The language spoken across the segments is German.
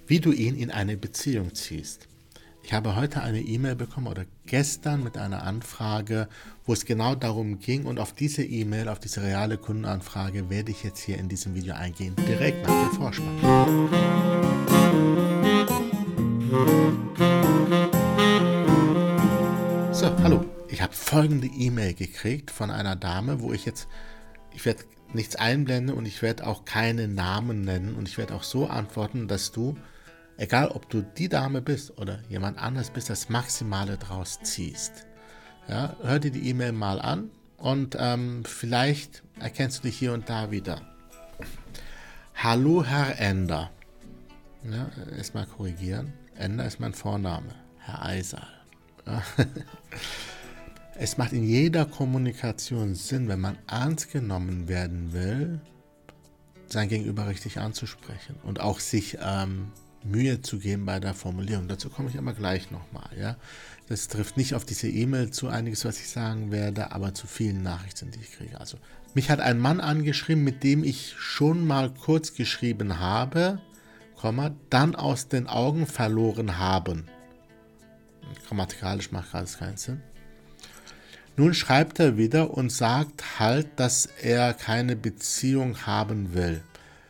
wie du ihn in eine Beziehung ziehst. Ich habe heute eine E-Mail bekommen oder gestern mit einer Anfrage, wo es genau darum ging, und auf diese E-Mail, auf diese reale Kundenanfrage werde ich jetzt hier in diesem Video eingehen, direkt nach dem Vorspann. So, hallo, ich habe folgende E-Mail gekriegt von einer Dame, wo ich werde nichts einblenden und ich werde auch keine Namen nennen und ich werde auch so antworten, dass du, egal ob du die Dame bist oder jemand anderes bist, das Maximale draus ziehst. Ja, hör dir die E-Mail mal an und vielleicht erkennst du dich hier und da wieder. Hallo Herr Ender. Ja, erstmal korrigieren. Ender ist mein Vorname. Herr Eisal. Ja. Es macht in jeder Kommunikation Sinn, wenn man ernst genommen werden will, sein Gegenüber richtig anzusprechen und auch sich Mühe zu geben bei der Formulierung. Dazu komme ich aber gleich nochmal. Ja? Das trifft nicht auf diese E-Mail zu, einiges, was ich sagen werde, aber zu vielen Nachrichten, die ich kriege. Also, mich hat ein Mann angeschrieben, mit dem ich schon mal kurz geschrieben habe, dann aus den Augen verloren haben. Grammatikalisch macht alles keinen Sinn. Nun schreibt er wieder und sagt halt, dass er keine Beziehung haben will.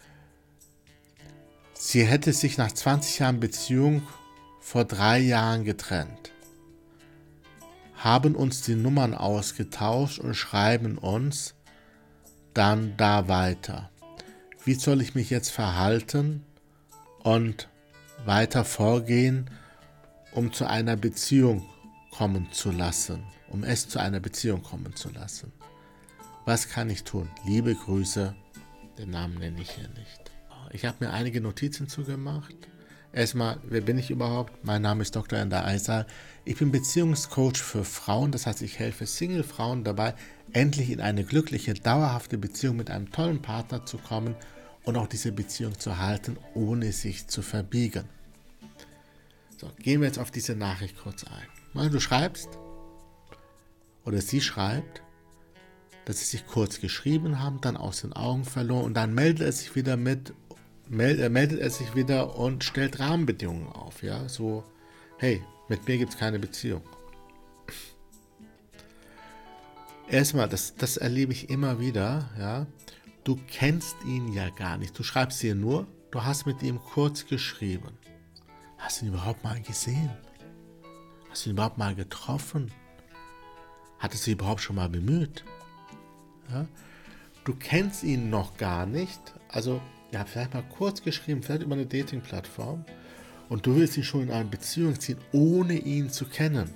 Sie hätte sich nach 20 Jahren Beziehung vor 3 Jahren getrennt. Haben uns die Nummern ausgetauscht und schreiben uns dann da weiter. Wie soll ich mich jetzt verhalten und weiter vorgehen, um zu einer Beziehung kommen zu lassen? Um es zu einer Beziehung kommen zu lassen. Was kann ich tun? Liebe Grüße, den Namen nenne ich hier nicht. Ich habe mir einige Notizen zugemacht. Erstmal, wer bin ich überhaupt? Mein Name ist Dr. Ender Eisal. Ich bin Beziehungscoach für Frauen, das heißt, ich helfe Single-Frauen dabei, endlich in eine glückliche, dauerhafte Beziehung mit einem tollen Partner zu kommen und auch diese Beziehung zu halten, ohne sich zu verbiegen. So, gehen wir jetzt auf diese Nachricht kurz ein. Du schreibst, oder sie schreibt, dass sie sich kurz geschrieben haben, dann aus den Augen verloren und dann meldet er sich wieder und stellt Rahmenbedingungen auf. Ja? So, hey, mit mir gibt es keine Beziehung. Erstmal, das erlebe ich immer wieder. Ja? Du kennst ihn ja gar nicht. Du schreibst hier nur, du hast mit ihm kurz geschrieben. Hast du ihn überhaupt mal gesehen? Hast du ihn überhaupt mal getroffen? Hat es sich überhaupt schon mal bemüht? Ja? Du kennst ihn noch gar nicht. Also, ihr habt vielleicht mal kurz geschrieben, vielleicht über eine Dating-Plattform. Und du willst ihn schon in eine Beziehung ziehen, ohne ihn zu kennen.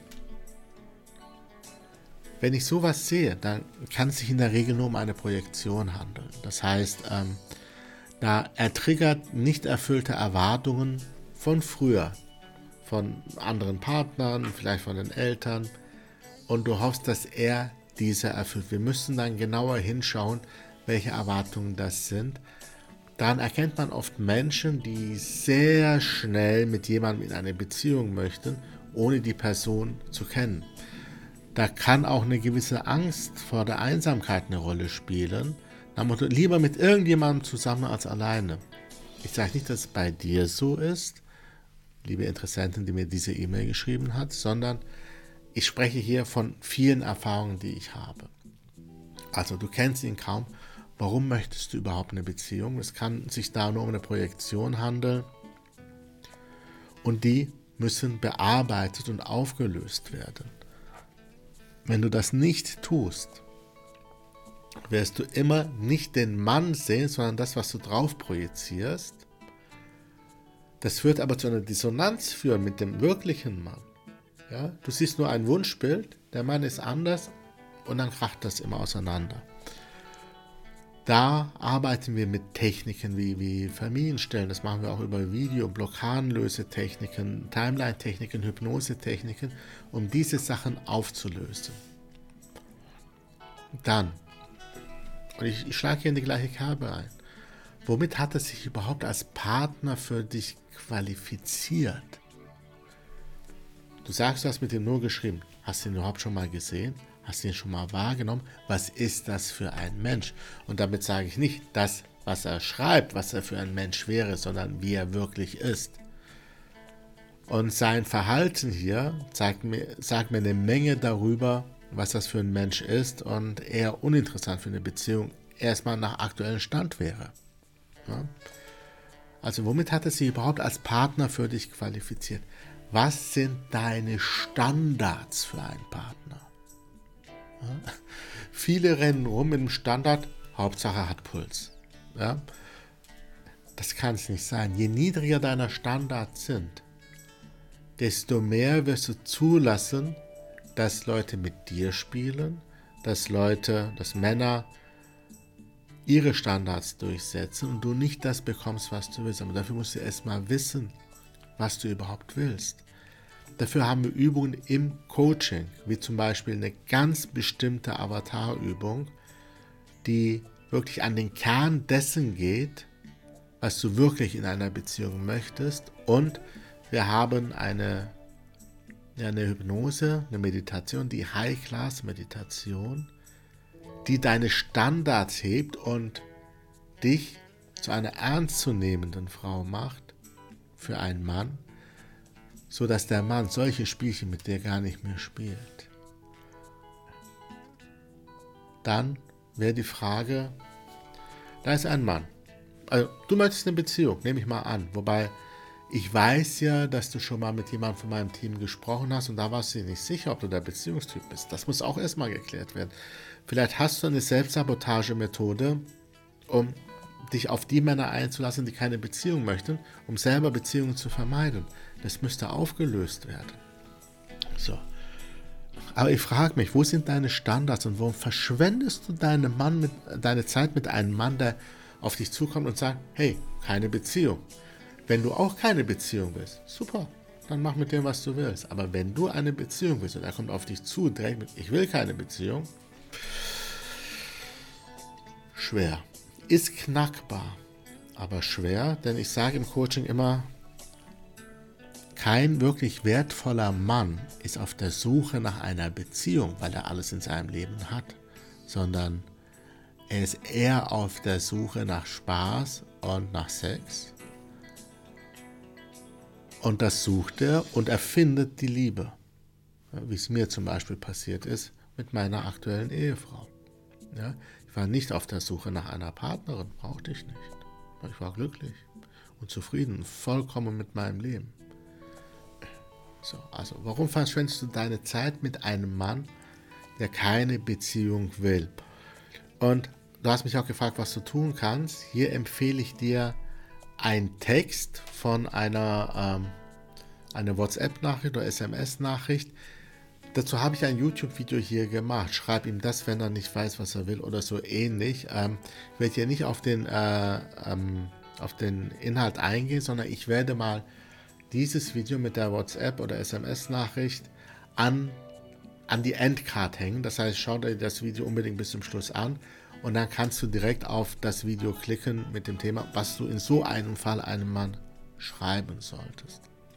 Wenn ich sowas sehe, dann kann es sich in der Regel nur um eine Projektion handeln. Das heißt, da er triggert nicht erfüllte Erwartungen von früher, von anderen Partnern, vielleicht von den Eltern. Und du hoffst, dass er diese erfüllt. Wir müssen dann genauer hinschauen, welche Erwartungen das sind. Daran erkennt man oft Menschen, die sehr schnell mit jemandem in eine Beziehung möchten, ohne die Person zu kennen. Da kann auch eine gewisse Angst vor der Einsamkeit eine Rolle spielen. Lieber mit irgendjemandem zusammen als alleine. Ich sage nicht, dass es bei dir so ist, liebe Interessentin, die mir diese E-Mail geschrieben hat, sondern ich spreche hier von vielen Erfahrungen, die ich habe. Also du kennst ihn kaum. Warum möchtest du überhaupt eine Beziehung? Es kann sich da nur um eine Projektion handeln. Und die müssen bearbeitet und aufgelöst werden. Wenn du das nicht tust, wirst du immer nicht den Mann sehen, sondern das, was du drauf projizierst. Das wird aber zu einer Dissonanz führen mit dem wirklichen Mann. Ja, du siehst nur ein Wunschbild, der Mann ist anders und dann kracht das immer auseinander. Da arbeiten wir mit Techniken wie Familienstellen, das machen wir auch über Video, Blockadenlösetechniken, Timeline-Techniken, Hypnose-Techniken, um diese Sachen aufzulösen. Dann, und ich schlage hier in die gleiche Kerbe ein, womit hat er sich überhaupt als Partner für dich qualifiziert? Du sagst, du hast mit ihm nur geschrieben. Hast du ihn überhaupt schon mal gesehen? Hast du ihn schon mal wahrgenommen? Was ist das für ein Mensch? Und damit sage ich nicht das, was er schreibt, was er für ein Mensch wäre, sondern wie er wirklich ist. Und sein Verhalten hier sagt mir eine Menge darüber, was das für ein Mensch ist und eher uninteressant für eine Beziehung erstmal nach aktuellem Stand wäre. Ja? Also womit hat es sich überhaupt als Partner für dich qualifiziert? Was sind deine Standards für einen Partner? Ja? Viele rennen rum mit dem Standard, Hauptsache hat Puls. Ja? Das kann es nicht sein. Je niedriger deine Standards sind, desto mehr wirst du zulassen, dass Leute mit dir spielen, dass Männer ihre Standards durchsetzen und du nicht das bekommst, was du willst. Aber dafür musst du erstmal wissen, was du überhaupt willst. Dafür haben wir Übungen im Coaching, wie zum Beispiel eine ganz bestimmte Avatarübung, die wirklich an den Kern dessen geht, was du wirklich in einer Beziehung möchtest. Und wir haben eine Hypnose, eine Meditation, die High-Class-Meditation, die deine Standards hebt und dich zu einer ernstzunehmenden Frau macht für einen Mann, sodass der Mann solche Spielchen mit dir gar nicht mehr spielt. Dann wäre die Frage, da ist ein Mann. Also du möchtest eine Beziehung, nehme ich mal an. Wobei ich weiß ja, dass du schon mal mit jemandem von meinem Team gesprochen hast und da warst du dir nicht sicher, ob du der Beziehungstyp bist. Das muss auch erstmal geklärt werden. Vielleicht hast du eine Selbstsabotagemethode, um dich auf die Männer einzulassen, die keine Beziehung möchten, um selber Beziehungen zu vermeiden. Das müsste aufgelöst werden. So. Aber ich frage mich, wo sind deine Standards und warum verschwendest du deine Zeit mit einem Mann, der auf dich zukommt und sagt, hey, keine Beziehung. Wenn du auch keine Beziehung willst, super, dann mach mit dem, was du willst. Aber wenn du eine Beziehung willst und er kommt auf dich zu, direkt mit, ich will keine Beziehung, schwer. Ist knackbar, aber schwer, denn ich sage im Coaching immer, kein wirklich wertvoller Mann ist auf der Suche nach einer Beziehung, weil er alles in seinem Leben hat, sondern er ist eher auf der Suche nach Spaß und nach Sex. Und das sucht er und er findet die Liebe. Wie es mir zum Beispiel passiert ist mit meiner aktuellen Ehefrau. Ja, ich war nicht auf der Suche nach einer Partnerin, brauchte ich nicht. Ich war glücklich und zufrieden, vollkommen mit meinem Leben. So, also warum verschwendest du deine Zeit mit einem Mann, der keine Beziehung will? Und du hast mich auch gefragt, was du tun kannst. Hier empfehle ich dir einen Text von einer WhatsApp-Nachricht oder SMS-Nachricht. Dazu habe ich ein YouTube-Video hier gemacht. Schreib ihm das, wenn er nicht weiß, was er will oder so ähnlich. Ich werde hier nicht auf den Inhalt eingehen, sondern ich werde mal dieses Video mit der WhatsApp- oder SMS-Nachricht an die Endcard hängen. Das heißt, schau dir das Video unbedingt bis zum Schluss an und dann kannst du direkt auf das Video klicken mit dem Thema, was du in so einem Fall einem Mann schreiben solltest.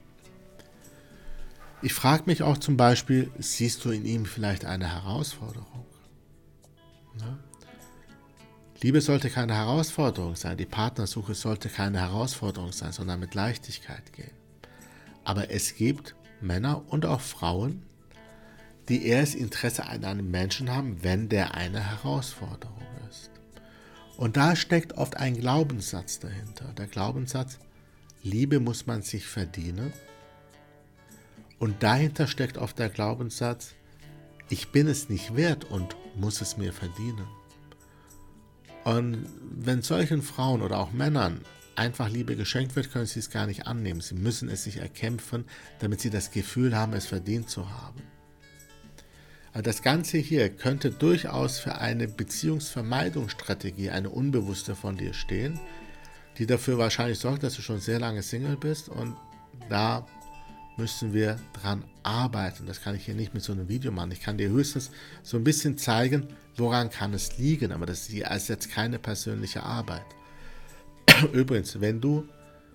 Ich frage mich auch zum Beispiel, siehst du in ihm vielleicht eine Herausforderung? Ja? Liebe sollte keine Herausforderung sein, die Partnersuche sollte keine Herausforderung sein, sondern mit Leichtigkeit gehen. Aber es gibt Männer und auch Frauen, die erst Interesse an einem Menschen haben, wenn der eine Herausforderung ist. Und da steckt oft ein Glaubenssatz dahinter. Der Glaubenssatz, Liebe muss man sich verdienen. Und dahinter steckt oft der Glaubenssatz, ich bin es nicht wert und muss es mir verdienen. Und wenn solchen Frauen oder auch Männern einfach Liebe geschenkt wird, können sie es gar nicht annehmen. Sie müssen es sich erkämpfen, damit sie das Gefühl haben, es verdient zu haben. Aber das Ganze hier könnte durchaus für eine Beziehungsvermeidungsstrategie, eine unbewusste von dir stehen, die dafür wahrscheinlich sorgt, dass du schon sehr lange Single bist und da müssen wir dran arbeiten. Das kann ich hier nicht mit so einem Video machen. Ich kann dir höchstens so ein bisschen zeigen, woran kann es liegen, aber das ist jetzt keine persönliche Arbeit. Übrigens, wenn du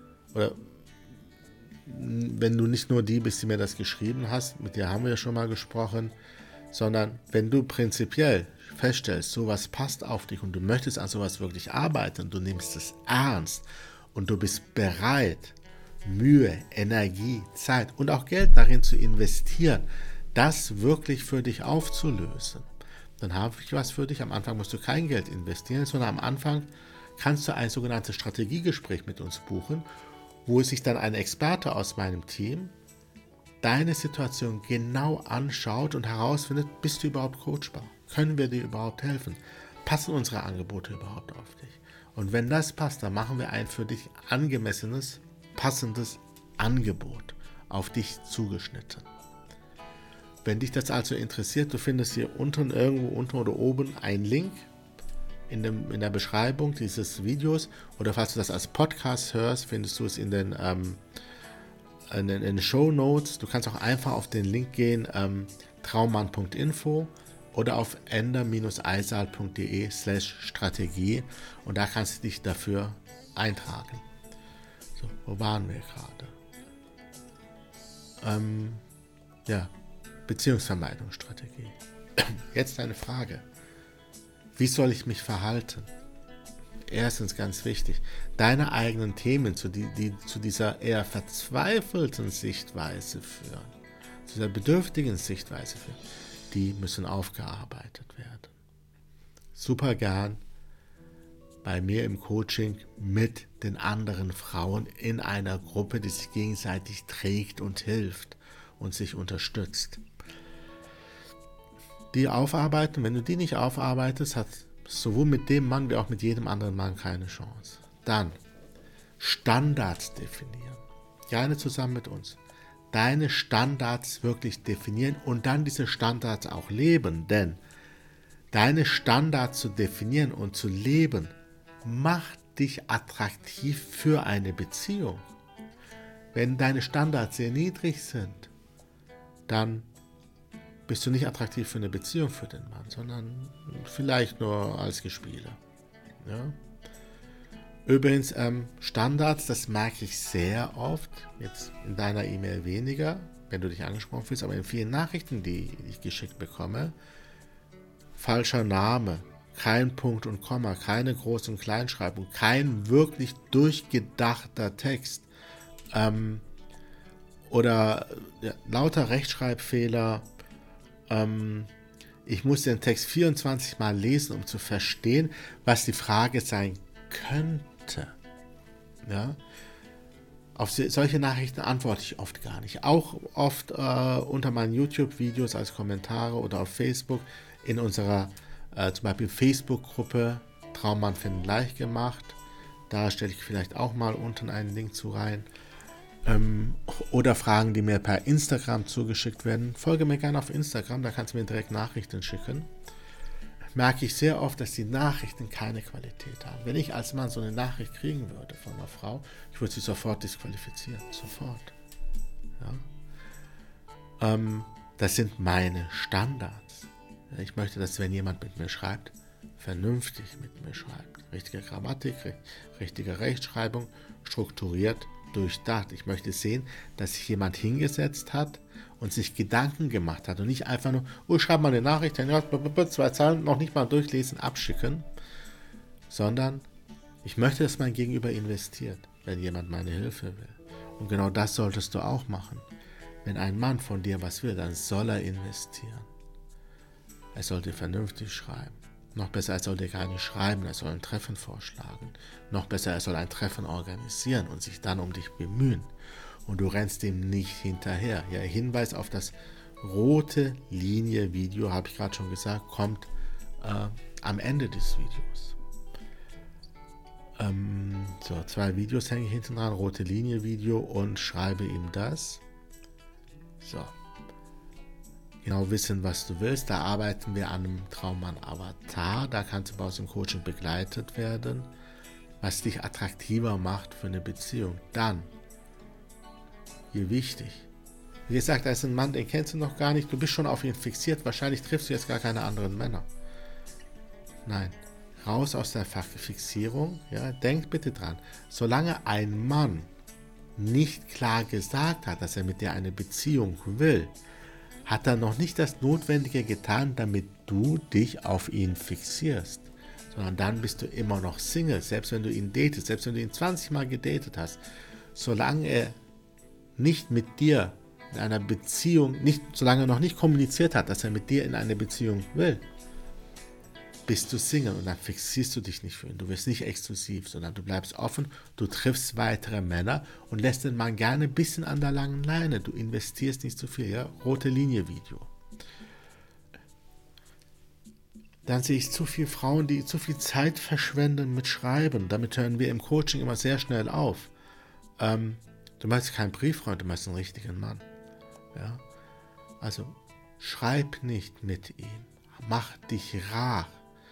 nicht nur die bist, die mir das geschrieben hast, mit dir haben wir ja schon mal gesprochen, sondern wenn du prinzipiell feststellst, sowas passt auf dich und du möchtest an sowas wirklich arbeiten, du nimmst es ernst und du bist bereit, Mühe, Energie, Zeit und auch Geld darin zu investieren, das wirklich für dich aufzulösen, dann habe ich was für dich. Am Anfang musst du kein Geld investieren, sondern am Anfang kannst du ein sogenanntes Strategiegespräch mit uns buchen, wo sich dann ein Experte aus meinem Team deine Situation genau anschaut und herausfindet, bist du überhaupt coachbar? Können wir dir überhaupt helfen? Passen unsere Angebote überhaupt auf dich? Und wenn das passt, dann machen wir ein für dich angemessenes, passendes Angebot auf dich zugeschnitten. Wenn dich das also interessiert, du findest hier unten, irgendwo unten oder oben einen Link in der Beschreibung dieses Videos, oder falls du das als Podcast hörst, findest du es in den Show Notes. Du kannst auch einfach auf den Link gehen, traummann.info oder auf ender-eisal.de/Strategie, und da kannst du dich dafür eintragen. So, wo waren wir gerade? Beziehungsvermeidungsstrategie. Jetzt eine Frage. Wie soll ich mich verhalten? Erstens ganz wichtig, deine eigenen Themen, die zu dieser eher verzweifelten Sichtweise führen, zu dieser bedürftigen Sichtweise führen, die müssen aufgearbeitet werden. Super gern bei mir im Coaching mit den anderen Frauen in einer Gruppe, die sich gegenseitig trägt und hilft und sich unterstützt. Die aufarbeiten, wenn du die nicht aufarbeitest, hat sowohl mit dem Mann wie auch mit jedem anderen Mann keine Chance. Dann Standards definieren. Gerne zusammen mit uns. Deine Standards wirklich definieren und dann diese Standards auch leben. Denn deine Standards zu definieren und zu leben, macht dich attraktiv für eine Beziehung. Wenn deine Standards sehr niedrig sind, dann bist du nicht attraktiv für eine Beziehung für den Mann, sondern vielleicht nur als Gespiele. Ja? Übrigens, Standards, das merke ich sehr oft, jetzt in deiner E-Mail weniger, wenn du dich angesprochen fühlst, aber in vielen Nachrichten, die ich geschickt bekomme, falscher Name, kein Punkt und Komma, keine Groß- und Kleinschreibung, kein wirklich durchgedachter Text oder lauter Rechtschreibfehler. Ich muss den Text 24 Mal lesen, um zu verstehen, was die Frage sein könnte. Ja? Auf solche Nachrichten antworte ich oft gar nicht. Auch oft unter meinen YouTube-Videos als Kommentare oder auf Facebook in unserer zum Beispiel Facebook-Gruppe Traummann finden leicht gemacht. Da stelle ich vielleicht auch mal unten einen Link zu rein. Oder Fragen, die mir per Instagram zugeschickt werden. Folge mir gerne auf Instagram, da kannst du mir direkt Nachrichten schicken. Merke ich sehr oft, dass die Nachrichten keine Qualität haben. Wenn ich als Mann so eine Nachricht kriegen würde von einer Frau, ich würde sie sofort disqualifizieren. Sofort. Ja? Das sind meine Standards. Ich möchte, dass wenn jemand mit mir schreibt, vernünftig mit mir schreibt. Richtige Grammatik, richtige Rechtschreibung, strukturiert, durchdacht. Ich möchte sehen, dass sich jemand hingesetzt hat und sich Gedanken gemacht hat und nicht einfach nur, ich schreibe mal eine Nachricht, dann 2 Zeilen, noch nicht mal durchlesen, abschicken, sondern ich möchte, dass mein Gegenüber investiert, wenn jemand meine Hilfe will. Und genau das solltest du auch machen. Wenn ein Mann von dir was will, dann soll er investieren. Er sollte vernünftig schreiben. Noch besser, er soll dir gar nicht schreiben, er soll ein Treffen vorschlagen. Noch besser, er soll ein Treffen organisieren und sich dann um dich bemühen. Und du rennst dem nicht hinterher. Ja, Hinweis auf das rote Linie-Video, habe ich gerade schon gesagt, kommt am Ende des Videos. 2 Videos hänge ich hinten dran, rote Linie-Video und schreibe ihm das. So. Genau wissen, was du willst. Da arbeiten wir an einem Traummann-Avatar. Da kannst du bei uns im Coaching begleitet werden, was dich attraktiver macht für eine Beziehung. Dann, hier wichtig, wie gesagt, da ist ein Mann, den kennst du noch gar nicht, du bist schon auf ihn fixiert, wahrscheinlich triffst du jetzt gar keine anderen Männer. Nein, raus aus der Fixierung. Ja, denk bitte dran, solange ein Mann nicht klar gesagt hat, dass er mit dir eine Beziehung will, hat er noch nicht das Notwendige getan, damit du dich auf ihn fixierst. Sondern dann bist du immer noch Single, selbst wenn du ihn datest, selbst wenn du ihn 20 Mal gedatet hast. solange er nicht mit dir in einer Beziehung, solange er noch nicht kommuniziert hat, dass er mit dir in eine Beziehung will, bist du Single und dann fixierst du dich nicht für ihn. Du wirst nicht exklusiv, sondern du bleibst offen, du triffst weitere Männer und lässt den Mann gerne ein bisschen an der langen Leine. Du investierst nicht zu viel, ja? Rote Linie Video. Dann sehe ich zu viele Frauen, die zu viel Zeit verschwenden mit Schreiben. Damit hören wir im Coaching immer sehr schnell auf. Du meinst keinen Brieffreund, du meinst einen richtigen Mann. Ja? Also schreib nicht mit ihm. Mach dich rar.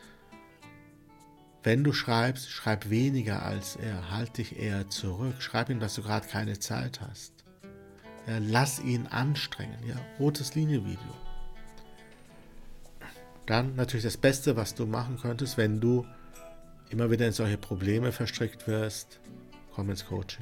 Wenn du schreibst, schreib weniger als er. Halt dich eher zurück. Schreib ihm, dass du gerade keine Zeit hast. Ja, lass ihn anstrengen. Ja? Rotes Linie-Video. Dann natürlich das Beste, was du machen könntest, wenn du immer wieder in solche Probleme verstrickt wirst, komm ins Coaching.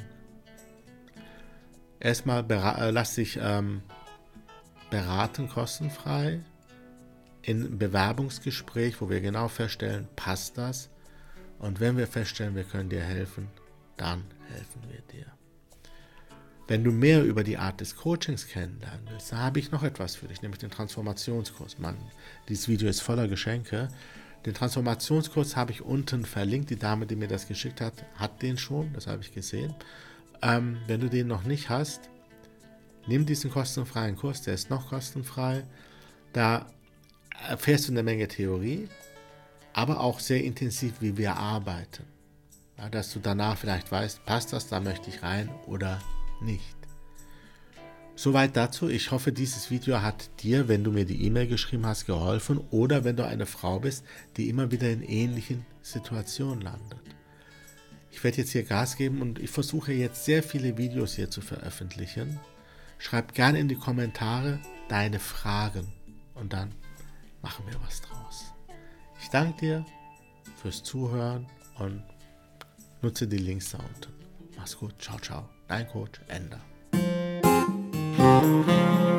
Erstmal lass dich beraten, kostenfrei, in Bewerbungsgespräch, wo wir genau feststellen, passt das? Und wenn wir feststellen, wir können dir helfen, dann helfen wir dir. Wenn du mehr über die Art des Coachings kennenlernen willst, dann habe ich noch etwas für dich, nämlich den Transformationskurs. Mann, dieses Video ist voller Geschenke. Den Transformationskurs habe ich unten verlinkt. Die Dame, die mir das geschickt hat, hat den schon, das habe ich gesehen. Wenn du den noch nicht hast, nimm diesen kostenfreien Kurs, der ist noch kostenfrei. Da erfährst du eine Menge Theorie, aber auch sehr intensiv, wie wir arbeiten. Ja, dass du danach vielleicht weißt, passt das, da möchte ich rein oder nicht. Soweit dazu. Ich hoffe, dieses Video hat dir, wenn du mir die E-Mail geschrieben hast, geholfen oder wenn du eine Frau bist, die immer wieder in ähnlichen Situationen landet. Ich werde jetzt hier Gas geben und ich versuche jetzt sehr viele Videos hier zu veröffentlichen. Schreib gerne in die Kommentare deine Fragen und dann machen wir was draus. Ich danke dir fürs Zuhören und nutze die Links da unten. Mach's gut, ciao, ciao. Dein Coach, Ender.